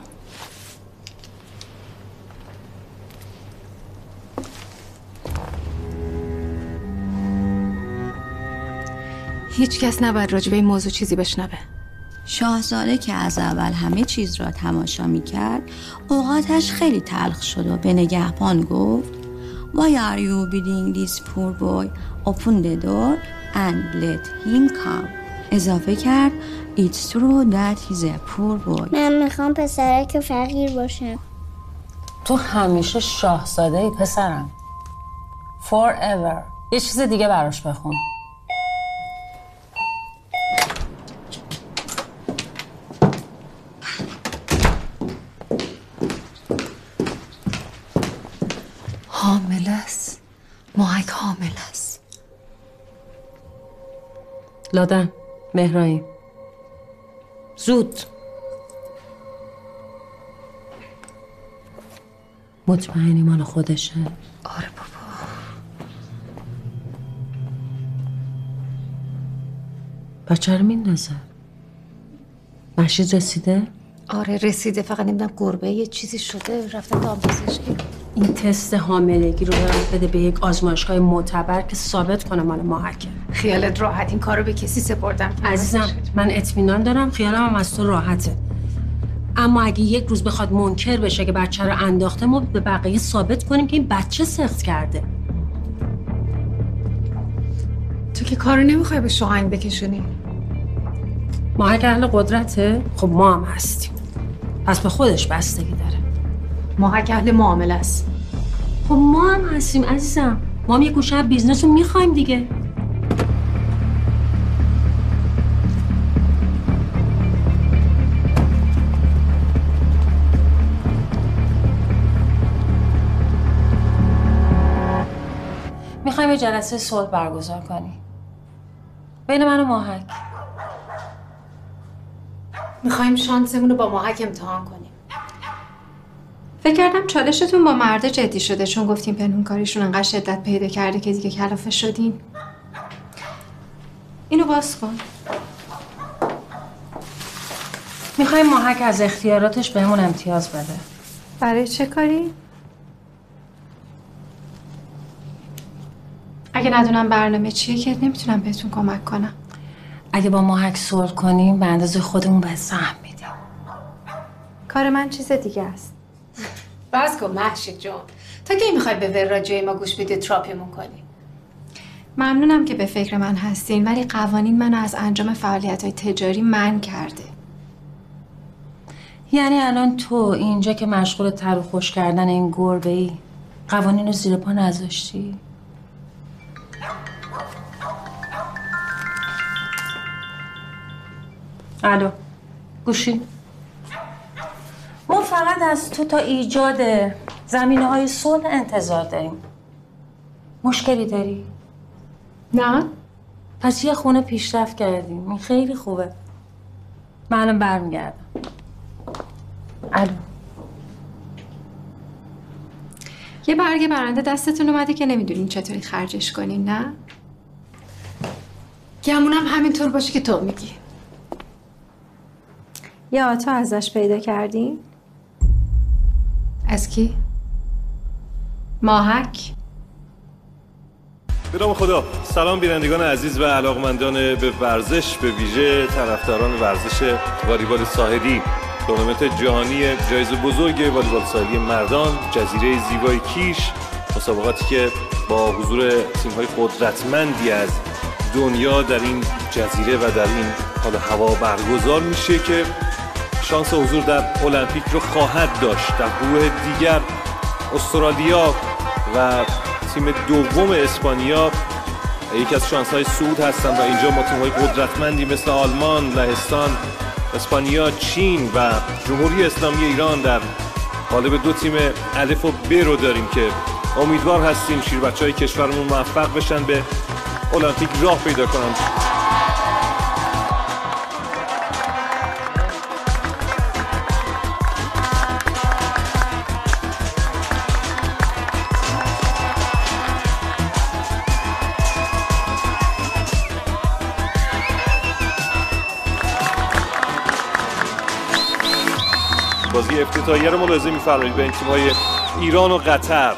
[SPEAKER 10] هیچ کس نباید راجع به این موضوع چیزی بشنوه.
[SPEAKER 9] شاهزاده که از اول همه چیز را تماشا میکرد اوقاتش خیلی تلخ شد و به نگهبان گفت Why are you bidding this poor boy open the door and let him come. اضافه کرد It's true that he's a poor boy.
[SPEAKER 8] من میخوام پسره که فقیر باشه.
[SPEAKER 11] تو همیشه شاهزاده ای پسرم. Forever. یه چیز دیگه براش بخون.
[SPEAKER 10] حامل است. ماهک حامل است.
[SPEAKER 11] لادن مهرایی زود. مطمئنی مال خودشه؟
[SPEAKER 10] آره بابا.
[SPEAKER 11] بچه رو میندازه. مشید رسیده؟
[SPEAKER 10] آره رسیده، فقط نمیدونم گربه یه چیزی شده، رفتن دامپزشکی.
[SPEAKER 11] این تست حاملگی رو برام بده به یک آزمایشگاه معتبر که ثابت کنه مال ماهکه.
[SPEAKER 10] خیالت راحت این کارو به کسی سپردم؟
[SPEAKER 11] عزیزم من اطمینان دارم، خیالم هم از تو راحته. اما اگه یک روز بخواد منکر بشه که بچه رو انداخته، ما به بقیه ثابت کنیم که این بچه سخت کرده.
[SPEAKER 10] تو که کارو نمیخوای به شاهنگ بکشونی؟
[SPEAKER 11] ماهک اهل قدرته؟ خب ما هم هستیم، پس به خودش بستگی داره.
[SPEAKER 10] ماهک اهل معامله است.
[SPEAKER 11] خب ما هم هستیم عزیزم، ما هم یه گوشه بیزنس رو میخوایم دیگه. میخوایم یه جلسه صلح برگزار کنیم بین من و ماهک.
[SPEAKER 10] میخوایم شانسمون رو با ماهک امتحان کنیم. فکر کردم چالشتون با مردا جدی شده، چون گفتیم پنهونکاریشون انقدر شدت پیدا کرده که دیگه کلافه شدین. اینو باز کن.
[SPEAKER 11] میخوایم ماهک از اختیاراتش بهمون امتیاز بده.
[SPEAKER 10] برای چه کاری؟ اگه ندونم برنامه چیه که نمیتونم بهتون کمک کنم.
[SPEAKER 11] اگه با ماهک صلح کنیم به اندازه خودمون به سهم میدیم.
[SPEAKER 10] کار من چیز دیگه است. بس کن محشید جون، تا کی میخوای به وراجوی ما گوش بدی تراپیمون کنی؟ ممنونم که به فکر من هستین، ولی قوانین منو از انجام فعالیت‌های تجاری منع کرده.
[SPEAKER 11] یعنی الان تو اینجا که مشغول تر و خوش کردن این گربه‌ای، قوانین رو زیر پا نذاشتی؟ الو گوشی، ما فقط از تو تا ایجاد زمینه‌های صلح انتظار داریم. مشکلی داری؟
[SPEAKER 10] نه.
[SPEAKER 11] پس یه خونه پیشرفت کردیم، این خیلی خوبه. من الان برمیگردم. الو.
[SPEAKER 10] یه برگ برنده دستتون اومده که نمیدونین چطوری خرجش کنین، نه؟ گمونم همینطور باشه که تو میگی. یه آتا ازش پیدا کردین؟ از کی؟ ماهک؟
[SPEAKER 12] به نام خدا. سلام بینندگان عزیز و علاقمندان به ورزش، به ویژه طرفداران ورزش والیبال ساحلی. تورنمنت جهانی جایزه بزرگ والیبال ساحلی مردان، جزیره زیبای کیش، مسابقاتی که با حضور تیم‌های قدرتمندی از دنیا در این جزیره و در این حال هوا برگزار میشه که شانس حضور در المپیک رو خواهد داشت. در گروه دیگر استرالیا و تیم دوم اسپانیا یکی از شانس‌های صعود هستن و اینجا ما تیم‌های قدرتمندی مثل آلمان، لهستان، اسپانیا، چین و جمهوری اسلامی ایران در قالب دو تیم الف و ب رو داریم که امیدوار هستیم شیر بچه‌های کشورمون موفق بشن به المپیک راه پیدا کنن. بازی افتتاحیه رو ملاحظه می‌فرمایید بین تیم‌های ایران و قطر.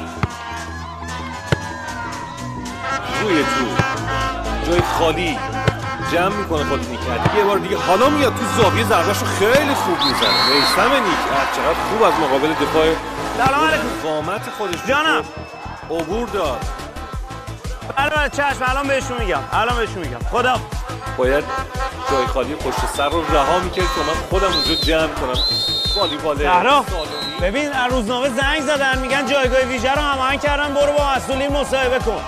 [SPEAKER 12] روی تو جای خالی جمع میکنه خود نیک. یه بار دیگه حالا میاد تو زاویه ضربه‌شو خیلی خوب میزنه. میثم نیک چقدر خوب از مقابل دفاع
[SPEAKER 16] سلام علیکم
[SPEAKER 12] قامت خودش
[SPEAKER 16] جانم
[SPEAKER 12] عبور داد.
[SPEAKER 16] بله چشم الان بهشون میگم الان بهشون میگم خدا.
[SPEAKER 12] باید جای خالی پشت سر رو رها میکرد که من خودم اونجا جمع کنم. والیبال
[SPEAKER 16] زهرا ببین از روزنامه زنگ زدن میگن جایگاه ویژه رو هماهنگ کردن، برو با مسئولین مصاحبه کن.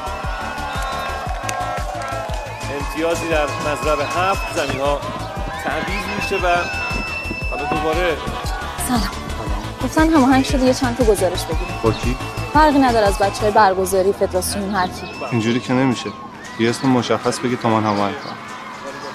[SPEAKER 12] امتیازی در مضرب هفت زمین ها تعویض میشه و حالا دوباره
[SPEAKER 3] سلام. گفتن هماهنگ شده یه چند تا گزارش بگیریم.
[SPEAKER 15] با کی؟
[SPEAKER 3] فرقی نداره از بچه‌های برگزاری فدراسیون هر کی.
[SPEAKER 23] اینجوری که نمیشه. یه اسم مشخص بگی تا من هماهنگ کنم.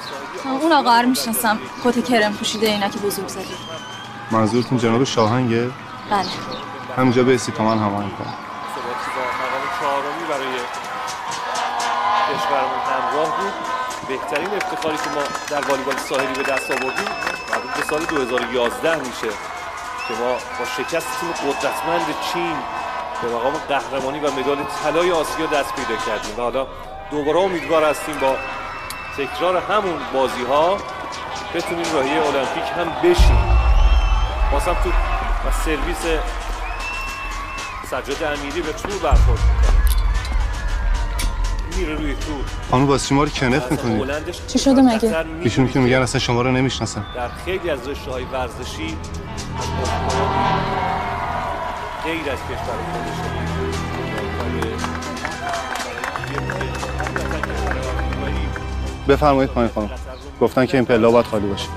[SPEAKER 3] اون آقا رو میشناسم، کت کرم پوشیده، عینک بزرگ زده.
[SPEAKER 23] منظورتون جناب شاهنگه؟
[SPEAKER 3] بله.
[SPEAKER 23] همینجا به استیکامان هماهنگ کنم.
[SPEAKER 12] مقام چهارمی برای کشورمون همراه بود. بهترین افتخاری که ما در والیبال ساحلی به دست آوردیم مربوط به سال دو هزار و یازده میشه که ما با شکست تیم قدرتمند چین به مقام قهرمانی و مدال طلای آسیا دست پیدا کردیم و حالا دوباره امیدوار هستیم با تکرار همون بازی ها بتونیم راهی المپیک هم بشیم. بازم تو و سرویس سجاد امیری به تور برخورد میکنه، میره روی تور.
[SPEAKER 23] خانم واسه شما رو کنف میکنی؟
[SPEAKER 3] چی شده مگه؟
[SPEAKER 23] ایشون که میگن اصلا شما رو نمیشناسن.
[SPEAKER 12] در خیلی از رشته‌های ورزشی غیر از کشور خودش
[SPEAKER 23] بفرمایید پایین خانم. گفتن که این پلا باید خالی باشه.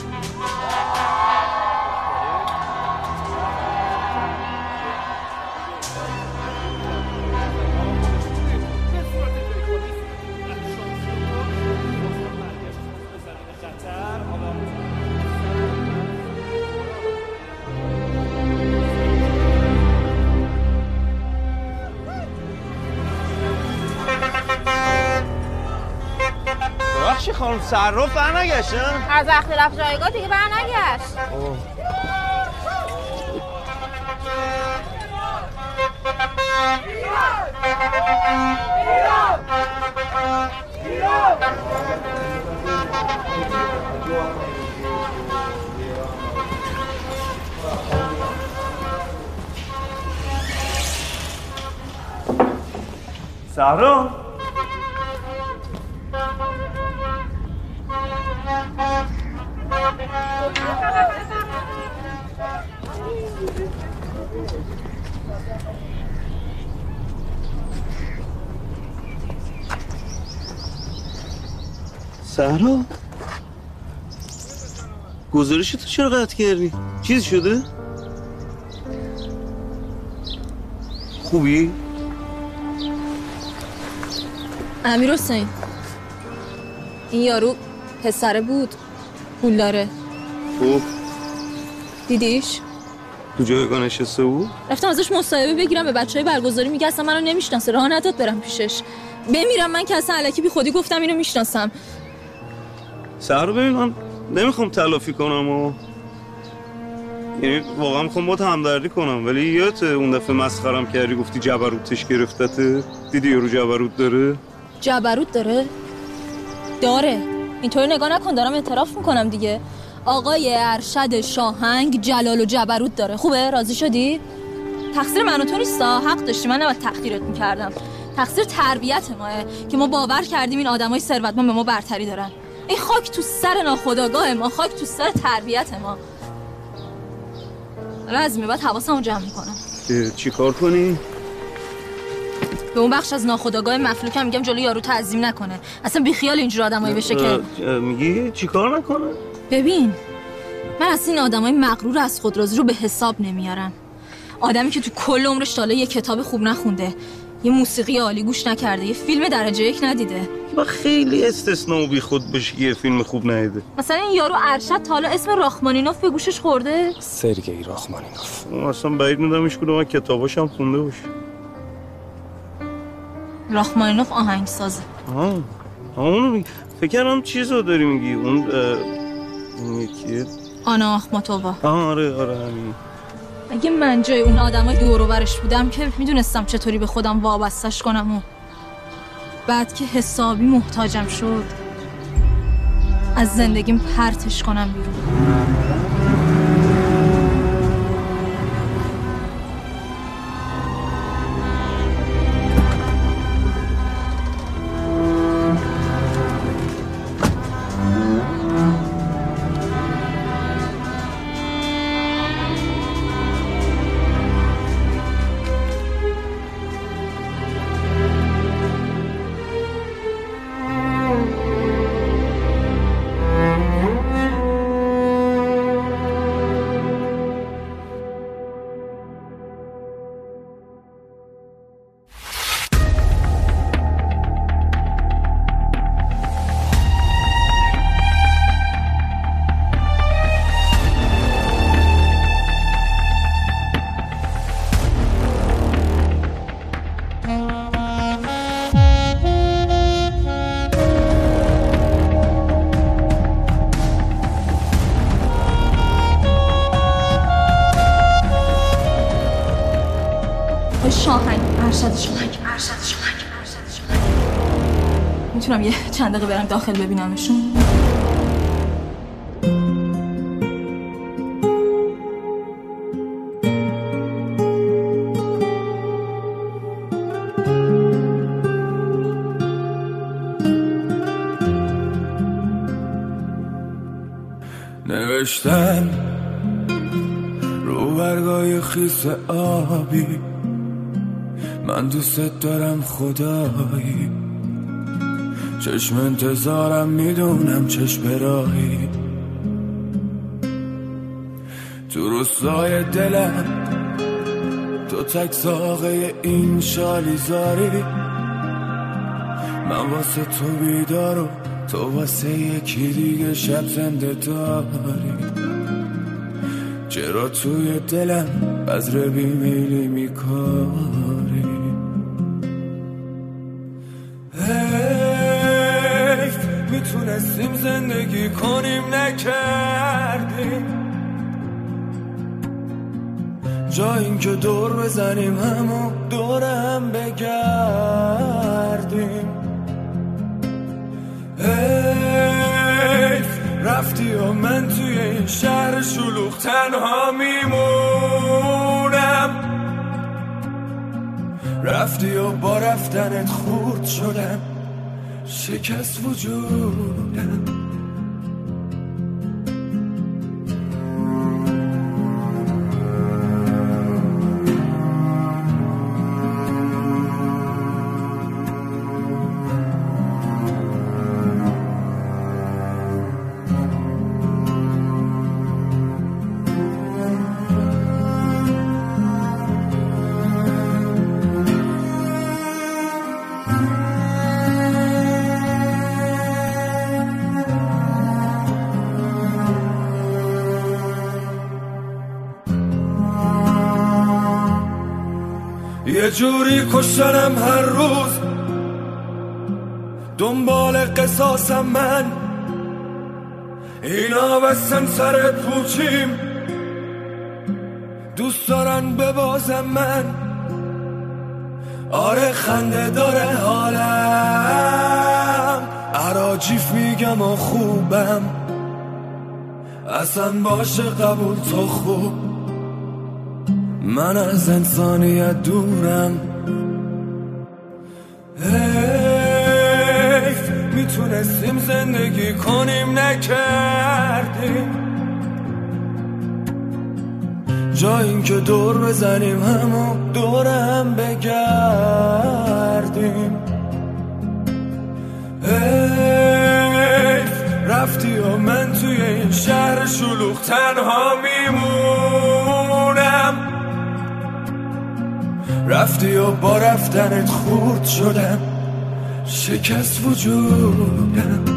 [SPEAKER 16] بخشی خانم صراف برنگشتن؟
[SPEAKER 3] از وقتی رفت جایگاه دیگه برنگشت.
[SPEAKER 16] صحرا
[SPEAKER 7] سهرا گزارش تو چرا قطع کردی؟ چیز شده؟ خوبی؟
[SPEAKER 3] امیر حسین، این یارو پسره بود، پول داره.
[SPEAKER 7] خوب
[SPEAKER 3] دیدیش؟
[SPEAKER 7] تو جایگاه نشسته بود؟
[SPEAKER 3] رفتم ازش مصاحبه بگیرم، به بچهای برگزاری میگه اصلا منو نمیشناسه، راه نداد برم پیشش. بمیرم من که اصلا الکی بی خودی گفتم اینو میشناسم.
[SPEAKER 7] سهرا ببین، من نمیخوام تلافی کنم و یعنی واقعا میخوام باهات همدردی کنم، ولی یادت اون دفعه مسخرم کردی گفتی جبروتش گرفتته؟ دیدی یارو جبروت داره؟
[SPEAKER 3] جبروت داره؟ داره. اینطوری نگاه نکن، دارم اعتراف میکنم دیگه. آقای ارشد شاهنگ جلال و جبروت داره. خوبه؟ راضی شدی؟ تقصیر من و تو نیستا، حق داشتی، من نباید تحقیرت میکردم. تقصیر تربیت ماه که ما باور کردیم این آدمای ثروتمند به ما برتری دارن. این خاک تو سر ناخودآگاه ما، خاک تو سر تربیت ما. رزمی باید حواسمو جمع میکنم.
[SPEAKER 7] چی کار کنی؟
[SPEAKER 3] به اون بخش از ناخودآگاه مفلوکم میگم جلوی یارو تعظیم نکنه، اصلا بیخیال اینجور آدمایی بشه که
[SPEAKER 7] میگی چی کار نکنه؟
[SPEAKER 3] ببین من اصلا این آدمای مغرور از خودرازی رو به حساب نمیارم. آدمی که تو کل عمرش تا حالا یه کتاب خوب نخونده، یه موسیقی عالی گوش نکرده، یه فیلم درجه یک ندیده.
[SPEAKER 7] با خیلی استثنا و بی خود باشه یه فیلم خوب ندیده.
[SPEAKER 3] مثلا این یارو ارشد تا حالا اسم راخمانینوف به گوشش خورده؟
[SPEAKER 23] سرگئی راخمانینوف.
[SPEAKER 7] اون اصلا بعید میدمش کنه من کتاباش هم خونده باشه.
[SPEAKER 3] راخمانینوف آهنگسازه.
[SPEAKER 7] آها اونو می... فکر کردم چیزو داری میگی، اون اون یکیه
[SPEAKER 3] آنا آخماتووا.
[SPEAKER 7] آره آره همین.
[SPEAKER 3] اگه من جای اون آدمای دور و برش بودم که میدونستم چطوری به خودم وابستش کنم و بعد که حسابی محتاجم شد از زندگیم پرتش کنم بیرون. میتونم یه چند دقیقه برم داخل ببینمشون؟
[SPEAKER 1] نوشتن رو برگای خیس آبی من دوست دارم خدایی، چشم انتظارم میدونم چشم راهی، تو روستای دلم تو تک ساقه این شالیزاری، من واسه تو بیدار و تو واسه یکی دیگه شب زنده داری، چرا توی دلم بذر بیمیلی میکاری؟ حیف میتونستیم زندگی کنیم نکردیم، جا این که دور بزنیم همو دورم بگردیم. حیف رفتی و من توی این شهر شلوغ تنها میمونم، رفتی و با رفتنت خورد شدم، شکست وجودم. یه جوری کشتنم هر روز، دنبال قصاصم من، اینا بستن سر پوچیم، دوست دارن ببازم من، آره خنده داره حالم، عراجیف میگم و خوبم، اصلا باشه قبول تو خوب، من از انسانیت دورم. حیف میتونستیم زندگی کنیم نکردیم، جا این که دور بزنیم همو دورم بگردیم. حیف رفتی و من توی این شهر شلوغ تنها میمونم، رفتی و با رفتنت خورد شدم، شکست وجودم.